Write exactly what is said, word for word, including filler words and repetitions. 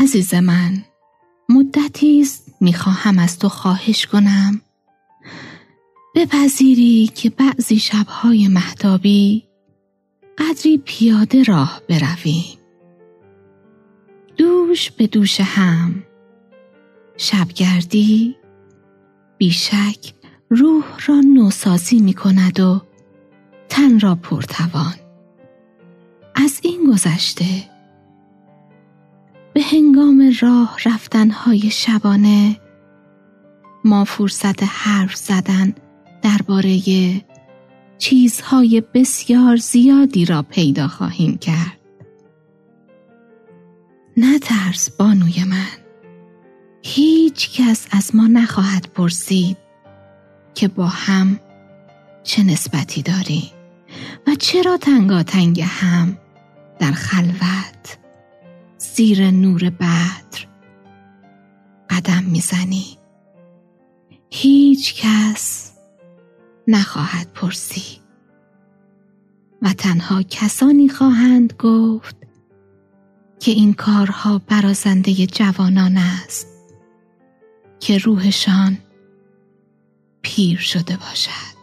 عزیز من، مدتی است میخواهم از تو خواهش کنم بپذیری که بعضی شبهای مهتابی قدری پیاده راه برویم، دوش به دوش هم. شبگردی بیشک روح را نوسازی می کند و تن را پرتوان. از این گذشته به هنگام راه رفتنهای شبانه ما فرصت حرف زدن درباره چیزهای بسیار زیادی را پیدا خواهیم کرد. نترس بانوی من، هیچ کس از ما نخواهد پرسید که با هم چه نسبتی داری و چرا تنگاتنگ هم در خلوت زیر نور بدر قدم میزنی. هیچ کس نخواهد پرسید و تنها کسانی خواهند گفت که این کارها برازنده جوانان است که روحشان پیر شده باشد.